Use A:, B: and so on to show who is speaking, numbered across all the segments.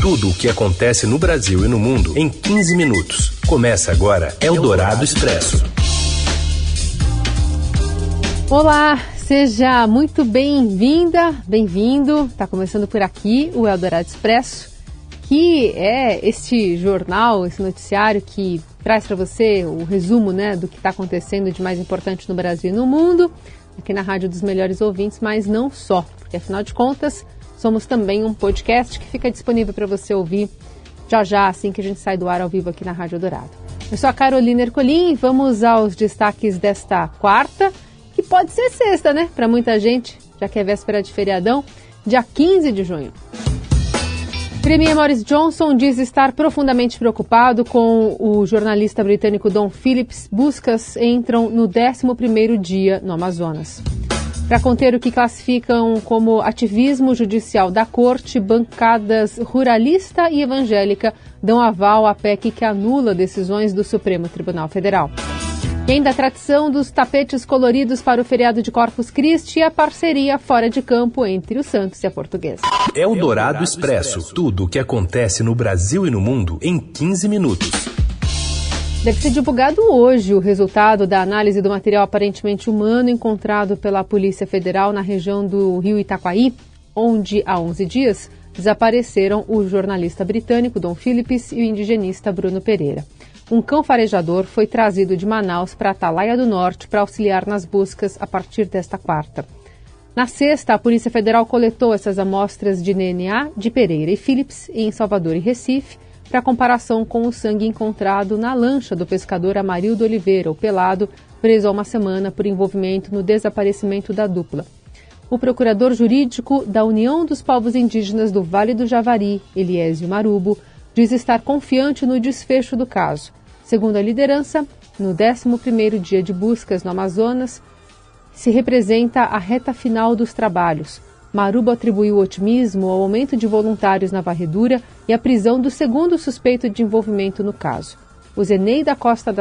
A: Tudo o que acontece no Brasil e no mundo em 15 minutos. Começa agora Eldorado Expresso.
B: Olá, seja muito bem-vinda, bem-vindo. Está começando por aqui o Eldorado Expresso, que é este jornal, esse noticiário que traz para você o resumo, do que está acontecendo de mais importante no Brasil e no mundo, aqui na Rádio dos Melhores Ouvintes, mas não só, porque afinal de contas somos também um podcast que fica disponível para você ouvir já assim que a gente sai do ar ao vivo aqui na Rádio Eldorado. Eu sou a Carolina Ercolim e vamos aos destaques desta quarta, que pode ser sexta, para muita gente, já que é véspera de feriadão, dia 15 de junho. Premier Boris Johnson diz estar profundamente preocupado com o jornalista britânico Dom Phillips. Buscas entram no 11º dia no Amazonas. Para conter o que classificam como ativismo judicial da corte, bancadas ruralista e evangélica dão aval à PEC que anula decisões do Supremo Tribunal Federal. E ainda a tradição dos tapetes coloridos para o feriado de Corpus Christi e a parceria fora de campo entre o Santos e a Portuguesa.
A: Eldorado Expresso. Tudo o que acontece no Brasil e no mundo em 15 minutos.
B: Deve ser divulgado hoje o resultado da análise do material aparentemente humano encontrado pela Polícia Federal na região do Rio Itaquaí, onde há 11 dias desapareceram o jornalista britânico Dom Phillips e o indigenista Bruno Pereira. Um cão farejador foi trazido de Manaus para Atalaia do Norte para auxiliar nas buscas a partir desta quarta. Na sexta, a Polícia Federal coletou essas amostras de DNA de Pereira e Phillips em Salvador e Recife para comparação com o sangue encontrado na lancha do pescador Amarildo Oliveira, o Pelado, preso há uma semana por envolvimento no desaparecimento da dupla. O procurador jurídico da União dos Povos Indígenas do Vale do Javari, Eliésio Marubo, diz estar confiante no desfecho do caso. Segundo a liderança, no 11º dia de buscas no Amazonas, se representa a reta final dos trabalhos. Marubo atribuiu otimismo ao aumento de voluntários na varredura e à prisão do segundo suspeito de envolvimento no caso. O Zenei da Costa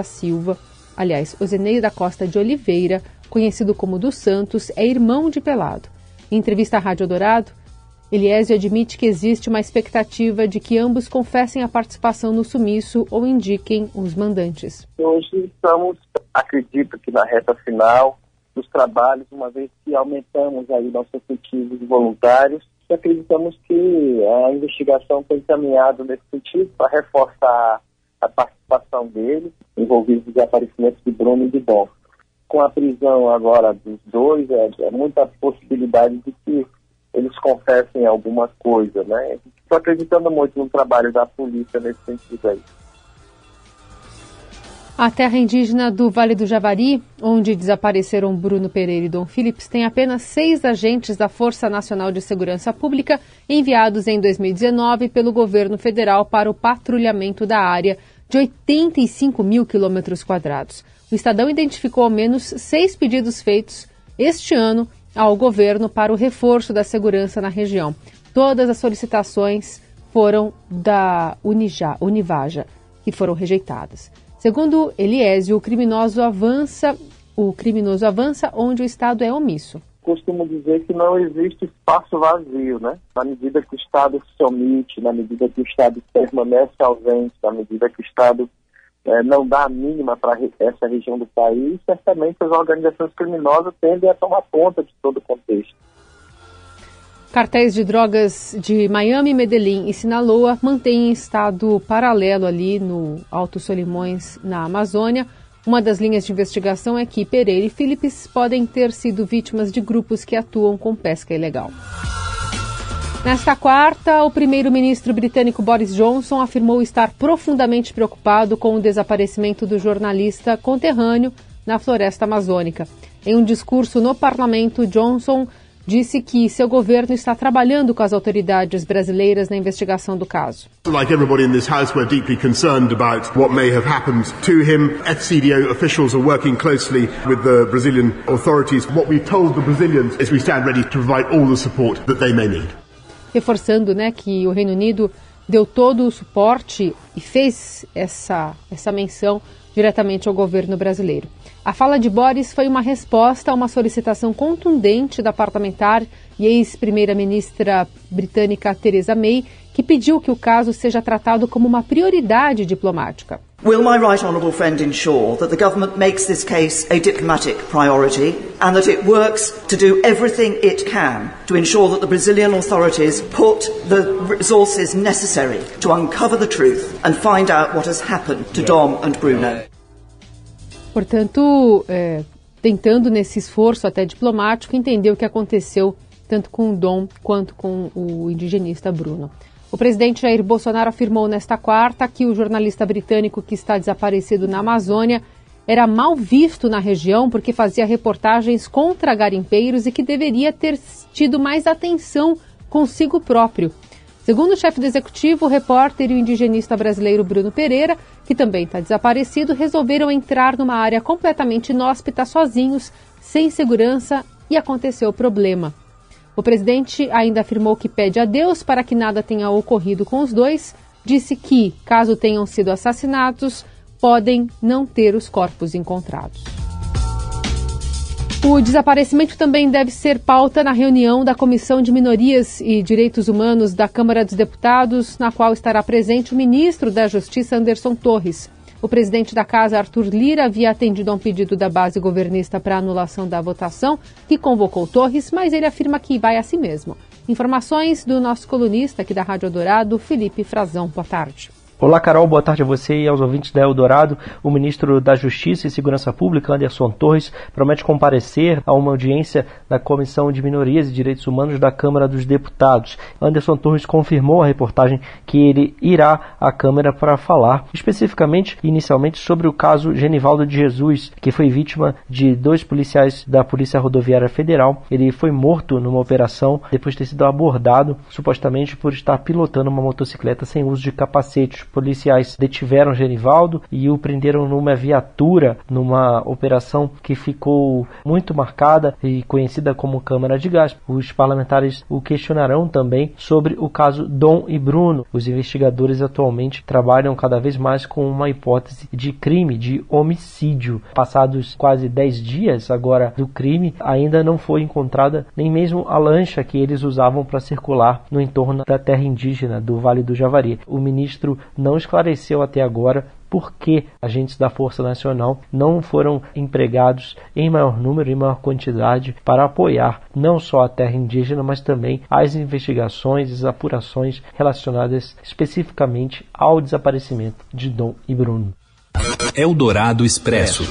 B: de Oliveira, conhecido como dos Santos, é irmão de Pelado. Em entrevista à Rádio Eldorado, Eliésio admite que existe uma expectativa de que ambos confessem a participação no sumiço ou indiquem os mandantes.
C: Hoje estamos, acredito que na reta final dos trabalhos, uma vez que aumentamos aí nossos efetivos voluntários, e acreditamos que a investigação foi encaminhada nesse sentido para reforçar a participação deles, envolvidos no desaparecimento de Bruno e de Dom. Com a prisão agora dos dois, é muita possibilidade de que eles confessem alguma coisa, Estou acreditando muito no trabalho da polícia nesse sentido aí.
B: A terra indígena do Vale do Javari, onde desapareceram Bruno Pereira e Dom Phillips, tem apenas 6 agentes da Força Nacional de Segurança Pública enviados em 2019 pelo governo federal para o patrulhamento da área de 85 mil quilômetros quadrados. O Estadão identificou ao menos 6 pedidos feitos este ano ao governo para o reforço da segurança na região. Todas as solicitações foram da Univaja, que foram rejeitadas. Segundo Eliésio, o criminoso avança onde o Estado é omisso.
C: Costumo dizer que não existe espaço vazio, Na medida que o Estado se omite, na medida que o Estado permanece ausente, na medida que o Estado não dá a mínima para essa região do país, certamente as organizações criminosas tendem a tomar conta de todo o contexto.
B: Cartéis de drogas de Miami, Medellín e Sinaloa mantêm estado paralelo ali no Alto Solimões, na Amazônia. Uma das linhas de investigação é que Pereira e Phillips podem ter sido vítimas de grupos que atuam com pesca ilegal. Nesta quarta, o primeiro-ministro britânico Boris Johnson afirmou estar profundamente preocupado com o desaparecimento do jornalista conterrâneo na floresta amazônica. Em um discurso no parlamento, Johnson disse que seu governo está trabalhando com as autoridades brasileiras na investigação do caso.
D: Like everybody in this house, we're deeply concerned about what may have happened to him. FCDO officials are working closely with the Brazilian authorities. What we've told the Brazilians is we stand ready to provide all the support that they may need.
B: Reforçando, que o Reino Unido deu todo o suporte e fez essa menção diretamente ao governo brasileiro. A fala de Boris foi uma resposta a uma solicitação contundente da parlamentar e ex-primeira-ministra britânica Theresa May, que pediu que o caso seja tratado como uma prioridade diplomática.
E: Will my right honourable friend ensure that the government makes this case a diplomatic priority and that it works to do everything it can to ensure that the Brazilian authorities put the resources necessary to uncover the truth and find out what has happened to Dom and Bruno?
B: Portanto, tentando nesse esforço até diplomático entender o que aconteceu tanto com o Dom quanto com o indigenista Bruno. O presidente Jair Bolsonaro afirmou nesta quarta que o jornalista britânico que está desaparecido na Amazônia era mal visto na região porque fazia reportagens contra garimpeiros e que deveria ter tido mais atenção consigo próprio. Segundo o chefe do executivo, o repórter e o indigenista brasileiro Bruno Pereira, que também está desaparecido, resolveram entrar numa área completamente inóspita sozinhos, sem segurança, e aconteceu o problema. O presidente ainda afirmou que pede a Deus para que nada tenha ocorrido com os dois, disse que, caso tenham sido assassinados, podem não ter os corpos encontrados. O desaparecimento também deve ser pauta na reunião da Comissão de Minorias e Direitos Humanos da Câmara dos Deputados, na qual estará presente o ministro da Justiça, Anderson Torres. O presidente da Casa, Arthur Lira, havia atendido a um pedido da base governista para anulação da votação, que convocou Torres, mas ele afirma que vai a si mesmo. Informações do nosso colunista aqui da Rádio Eldorado, Felipe Frazão. Boa tarde.
F: Olá, Carol, boa tarde a você e aos ouvintes da Eldorado. O ministro da Justiça e Segurança Pública, Anderson Torres, promete comparecer a uma audiência da Comissão de Minorias e Direitos Humanos da Câmara dos Deputados. Anderson Torres confirmou à reportagem que ele irá à Câmara para falar, especificamente, inicialmente, sobre o caso Genivaldo de Jesus, que foi vítima de 2 policiais da Polícia Rodoviária Federal. Ele foi morto numa operação depois de ter sido abordado, supostamente por estar pilotando uma motocicleta sem uso de capacete. Policiais detiveram Genivaldo e o prenderam numa viatura, numa operação que ficou muito marcada e conhecida como Câmara de Gás. Os parlamentares o questionarão também sobre o caso Dom e Bruno. Os investigadores atualmente trabalham cada vez mais com uma hipótese de crime, de homicídio. Passados quase 10 dias agora do crime, ainda não foi encontrada nem mesmo a lancha que eles usavam para circular no entorno da terra indígena do Vale do Javari. O ministro não esclareceu até agora por que agentes da Força Nacional não foram empregados em maior número e maior quantidade para apoiar não só a terra indígena, mas também as investigações e as apurações relacionadas especificamente ao desaparecimento de Dom e Bruno.
A: Eldorado Expresso.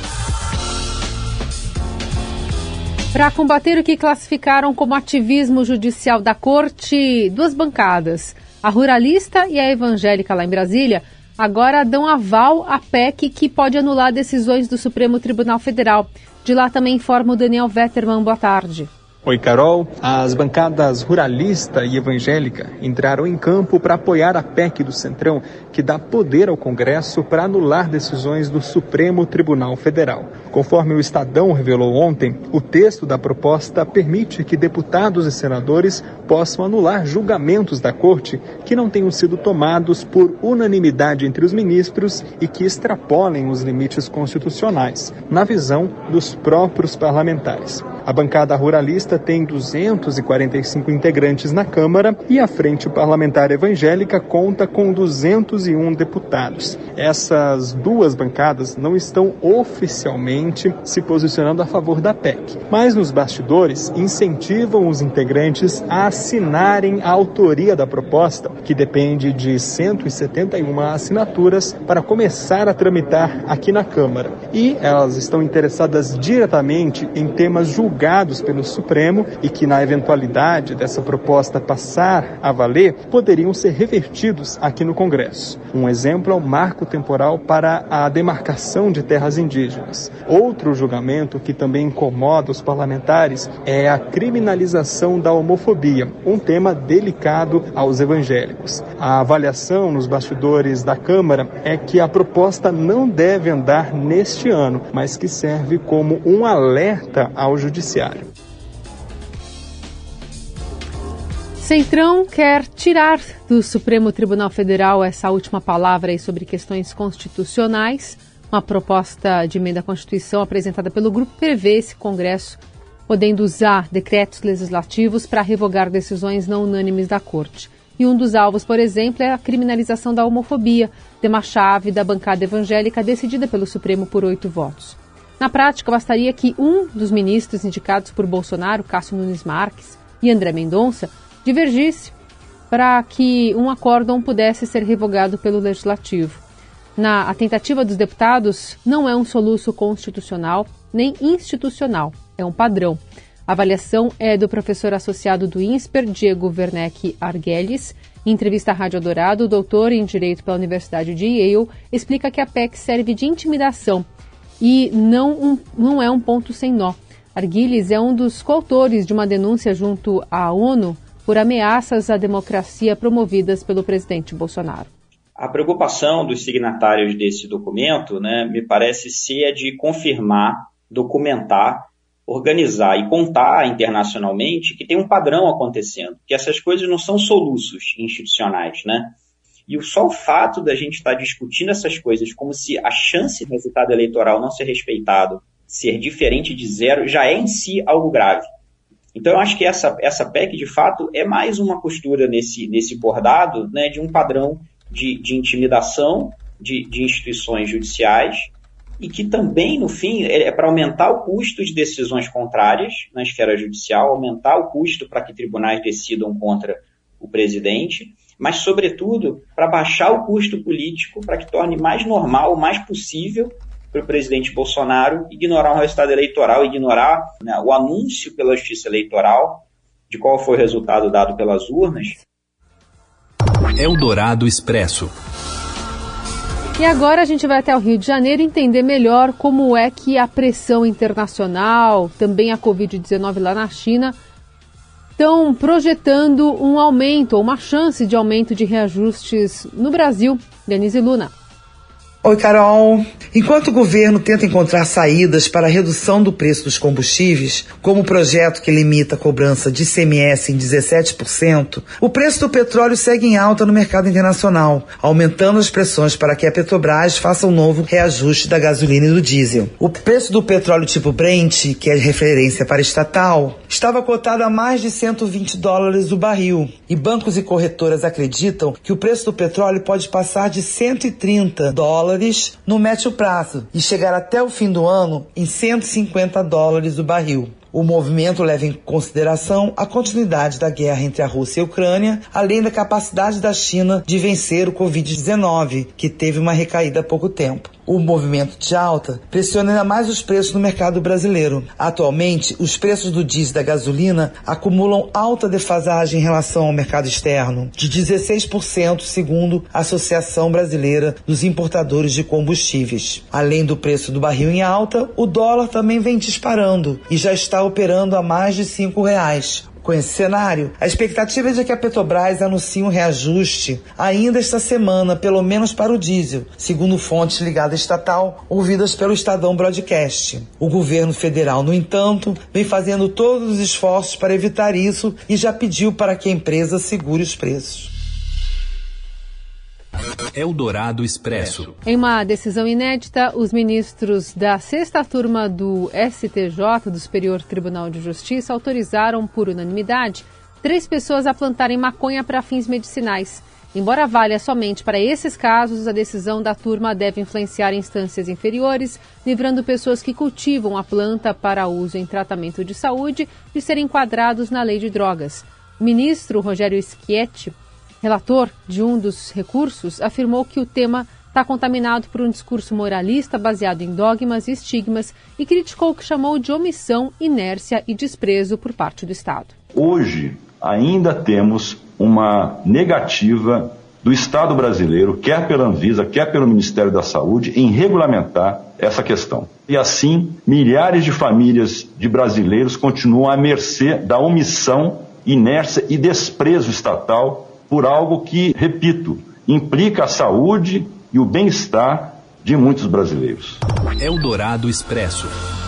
B: Para combater o que classificaram como ativismo judicial da Corte, 2 bancadas, a ruralista e a evangélica lá em Brasília, agora dão aval à PEC que pode anular decisões do Supremo Tribunal Federal. De lá também informa o Daniel Vetterman. Boa tarde.
G: Oi, Carol. As bancadas ruralista e evangélica entraram em campo para apoiar a PEC do Centrão, que dá poder ao Congresso para anular decisões do Supremo Tribunal Federal. Conforme o Estadão revelou ontem, o texto da proposta permite que deputados e senadores possam anular julgamentos da Corte que não tenham sido tomados por unanimidade entre os ministros e que extrapolem os limites constitucionais, na visão dos próprios parlamentares. A bancada ruralista tem 245 integrantes na Câmara e a Frente Parlamentar Evangélica conta com 201 deputados. Essas 2 bancadas não estão oficialmente se posicionando a favor da PEC, mas nos bastidores incentivam os integrantes a assinarem a autoria da proposta, que depende de 171 assinaturas para começar a tramitar aqui na Câmara. E elas estão interessadas diretamente em temas julgados pelo Supremo e que, na eventualidade dessa proposta passar a valer, poderiam ser revertidos aqui no Congresso. Um exemplo é o marco temporal para a demarcação de terras indígenas. Outro julgamento que também incomoda os parlamentares é a criminalização da homofobia, um tema delicado aos evangélicos. A avaliação nos bastidores da Câmara é que a proposta não deve andar neste ano, mas que serve como um alerta ao Judiciário.
B: Centrão quer tirar do Supremo Tribunal Federal essa última palavra aí sobre questões constitucionais. Uma proposta de emenda à Constituição apresentada pelo grupo prevê esse Congresso podendo usar decretos legislativos para revogar decisões não unânimes da Corte. E um dos alvos, por exemplo, é a criminalização da homofobia, tema-chave da bancada evangélica decidida pelo Supremo por 8 votos. Na prática, bastaria que um dos ministros indicados por Bolsonaro, Cássio Nunes Marques e André Mendonça, divergisse para que um acórdão pudesse ser revogado pelo Legislativo. A tentativa dos deputados não é um soluço constitucional nem institucional, é um padrão. A avaliação é do professor associado do INSPER, Diego Werneck Arguelles. Em entrevista à Rádio Eldorado, o doutor em Direito pela Universidade de Yale explica que a PEC serve de intimidação e não é um ponto sem nó. Arguelles é um dos coautores de uma denúncia junto à ONU por ameaças à democracia promovidas pelo presidente Bolsonaro.
H: A preocupação dos signatários desse documento, me parece ser a de confirmar, documentar, organizar e contar internacionalmente que tem um padrão acontecendo, que essas coisas não são soluços institucionais, E só o fato da gente estar discutindo essas coisas como se a chance do resultado eleitoral não ser respeitado, ser diferente de zero, já é em si algo grave. Então eu acho que essa PEC, de fato, é mais uma costura nesse bordado, de um padrão de intimidação de instituições judiciais, e que também, no fim, é para aumentar o custo de decisões contrárias na esfera judicial, aumentar o custo para que tribunais decidam contra o presidente, mas, sobretudo, para baixar o custo político, para que torne mais normal, mais possível para o presidente Bolsonaro ignorar um resultado eleitoral, ignorar o anúncio pela Justiça Eleitoral de qual foi o resultado dado pelas urnas.
A: Eldorado Expresso.
B: E agora a gente vai até o Rio de Janeiro entender melhor como é que a pressão internacional, também a Covid-19 lá na China, estão projetando um aumento, ou uma chance de aumento de reajustes no Brasil. Denise Luna.
I: Oi, Carol. Enquanto o governo tenta encontrar saídas para a redução do preço dos combustíveis, como o projeto que limita a cobrança de ICMS em 17%, o preço do petróleo segue em alta no mercado internacional, aumentando as pressões para que a Petrobras faça um novo reajuste da gasolina e do diesel. O preço do petróleo tipo Brent, que é referência para estatal, estava cotado a mais de $120 o barril, e bancos e corretoras acreditam que o preço do petróleo pode passar de $130 no médio prazo e chegar até o fim do ano em $150 o barril. O movimento leva em consideração a continuidade da guerra entre a Rússia e a Ucrânia, além da capacidade da China de vencer o Covid-19, que teve uma recaída há pouco tempo. O movimento de alta pressiona ainda mais os preços no mercado brasileiro. Atualmente, os preços do diesel e da gasolina acumulam alta defasagem em relação ao mercado externo, de 16%, segundo a Associação Brasileira dos Importadores de Combustíveis. Além do preço do barril em alta, o dólar também vem disparando e já está operando a mais de R$5. Com esse cenário, a expectativa é de que a Petrobras anuncie um reajuste ainda esta semana, pelo menos para o diesel, segundo fontes ligadas à estatal, ouvidas pelo Estadão Broadcast. O governo federal, no entanto, vem fazendo todos os esforços para evitar isso e já pediu para que a empresa segure os preços.
A: Eldorado Expresso.
B: Em uma decisão inédita, os ministros da sexta turma do STJ, do Superior Tribunal de Justiça, autorizaram por unanimidade 3 pessoas a plantarem maconha para fins medicinais. Embora valha somente para esses casos, a decisão da turma deve influenciar instâncias inferiores, livrando pessoas que cultivam a planta para uso em tratamento de saúde de serem enquadrados na lei de drogas. O ministro Rogério Schietti, relator de um dos recursos, afirmou que o tema está contaminado por um discurso moralista baseado em dogmas e estigmas e criticou o que chamou de omissão, inércia e desprezo por parte do Estado.
J: Hoje, ainda temos uma negativa do Estado brasileiro, quer pela Anvisa, quer pelo Ministério da Saúde, em regulamentar essa questão. E assim, milhares de famílias de brasileiros continuam à mercê da omissão, inércia e desprezo estatal por algo que, repito, implica a saúde e o bem-estar de muitos brasileiros.
A: Eldorado Expresso.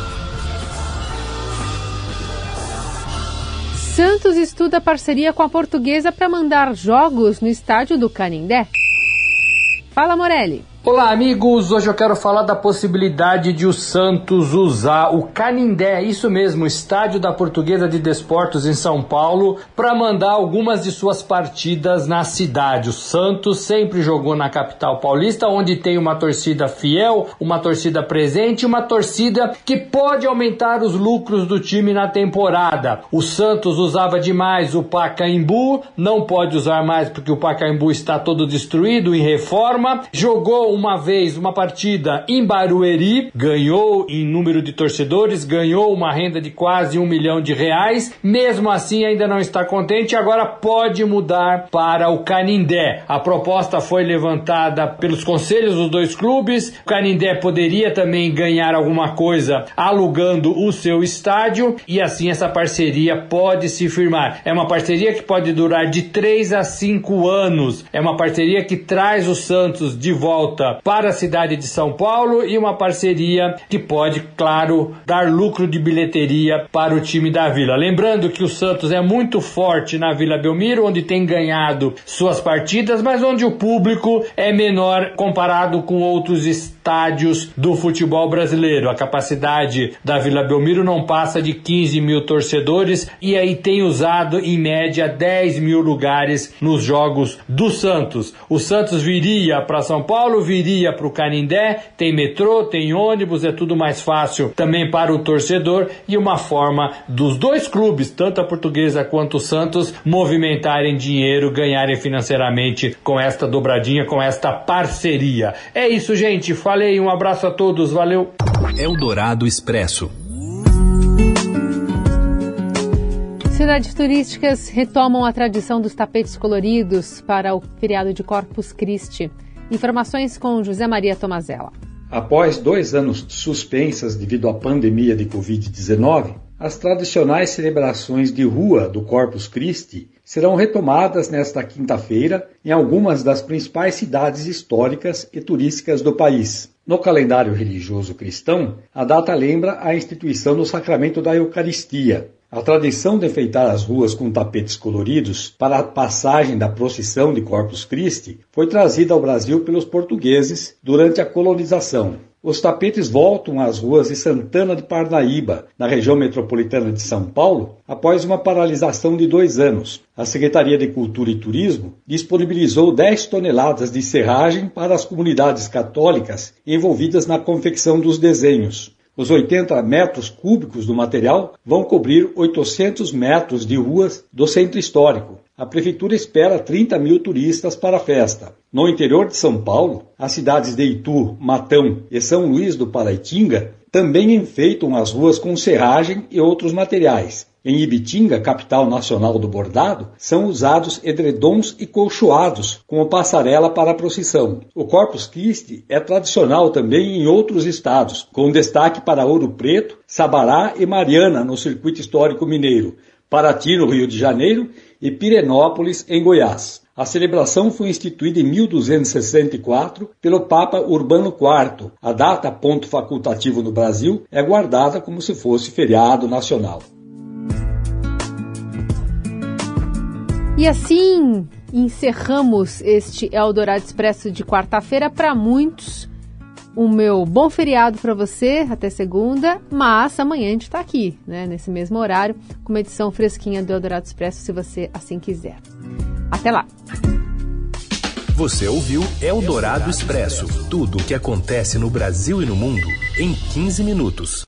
B: Santos estuda parceria com a Portuguesa para mandar jogos no estádio do Canindé. Fala, Morelli.
K: Olá, amigos! Hoje eu quero falar da possibilidade de o Santos usar o Canindé, isso mesmo, o estádio da Portuguesa de Desportos em São Paulo, para mandar algumas de suas partidas na cidade. O Santos sempre jogou na capital paulista, onde tem uma torcida fiel, uma torcida presente, uma torcida que pode aumentar os lucros do time na temporada. O Santos usava demais o Pacaembu, não pode usar mais porque o Pacaembu está todo destruído, em reforma. Jogou uma vez uma partida em Barueri, ganhou em número de torcedores, ganhou uma renda de quase R$1 milhão, mesmo assim ainda não está contente, agora pode mudar para o Canindé. A proposta foi levantada pelos conselhos dos dois clubes, o Canindé poderia também ganhar alguma coisa alugando o seu estádio e assim essa parceria pode se firmar. É uma parceria que pode durar de 3 a 5 anos, é uma parceria que traz o Santos de volta para a cidade de São Paulo e uma parceria que pode, claro, dar lucro de bilheteria para o time da Vila. Lembrando que o Santos é muito forte na Vila Belmiro, onde tem ganhado suas partidas, mas onde o público é menor comparado com outros estádios do futebol brasileiro. A capacidade da Vila Belmiro não passa de 15 mil torcedores e aí tem usado em média 10 mil lugares nos jogos do Santos. O Santos viria para São Paulo, viria para o Canindé, tem metrô, tem ônibus, é tudo mais fácil também para o torcedor e uma forma dos dois clubes, tanto a Portuguesa quanto o Santos, movimentarem dinheiro, ganharem financeiramente com esta dobradinha, com esta parceria. É isso, gente, falei, um abraço a todos, valeu!
A: Eldorado Expresso.
B: Cidades turísticas retomam a tradição dos tapetes coloridos para o feriado de Corpus Christi. Informações com José Maria Tomazella.
L: Após 2 anos suspensas devido à pandemia de Covid-19, as tradicionais celebrações de rua do Corpus Christi serão retomadas nesta quinta-feira em algumas das principais cidades históricas e turísticas do país. No calendário religioso cristão, a data lembra a instituição do sacramento da Eucaristia. A tradição de enfeitar as ruas com tapetes coloridos para a passagem da procissão de Corpus Christi foi trazida ao Brasil pelos portugueses durante a colonização. Os tapetes voltam às ruas de Santana de Parnaíba, na região metropolitana de São Paulo, após uma paralisação de 2 anos. A Secretaria de Cultura e Turismo disponibilizou 10 toneladas de serragem para as comunidades católicas envolvidas na confecção dos desenhos. Os 80 metros cúbicos do material vão cobrir 800 metros de ruas do centro histórico. A Prefeitura espera 30 mil turistas para a festa. No interior de São Paulo, as cidades de Itu, Matão e São Luís do Paraitinga também enfeitam as ruas com serragem e outros materiais. Em Ibitinga, capital nacional do bordado, são usados edredons e colchoados como passarela para a procissão. O Corpus Christi é tradicional também em outros estados, com destaque para Ouro Preto, Sabará e Mariana, no Circuito Histórico Mineiro, Paraty, no Rio de Janeiro, e Pirenópolis, em Goiás. A celebração foi instituída em 1264 pelo Papa Urbano IV. A data, ponto facultativo no Brasil, é guardada como se fosse feriado nacional.
B: E assim encerramos este Eldorado Expresso de quarta-feira. Para muitos, o meu bom feriado para você, até segunda, mas amanhã a gente está aqui, né, nesse mesmo horário, com uma edição fresquinha do Eldorado Expresso, se você assim quiser. Até lá!
A: Você ouviu Eldorado Expresso, tudo o que acontece no Brasil e no mundo em 15 minutos.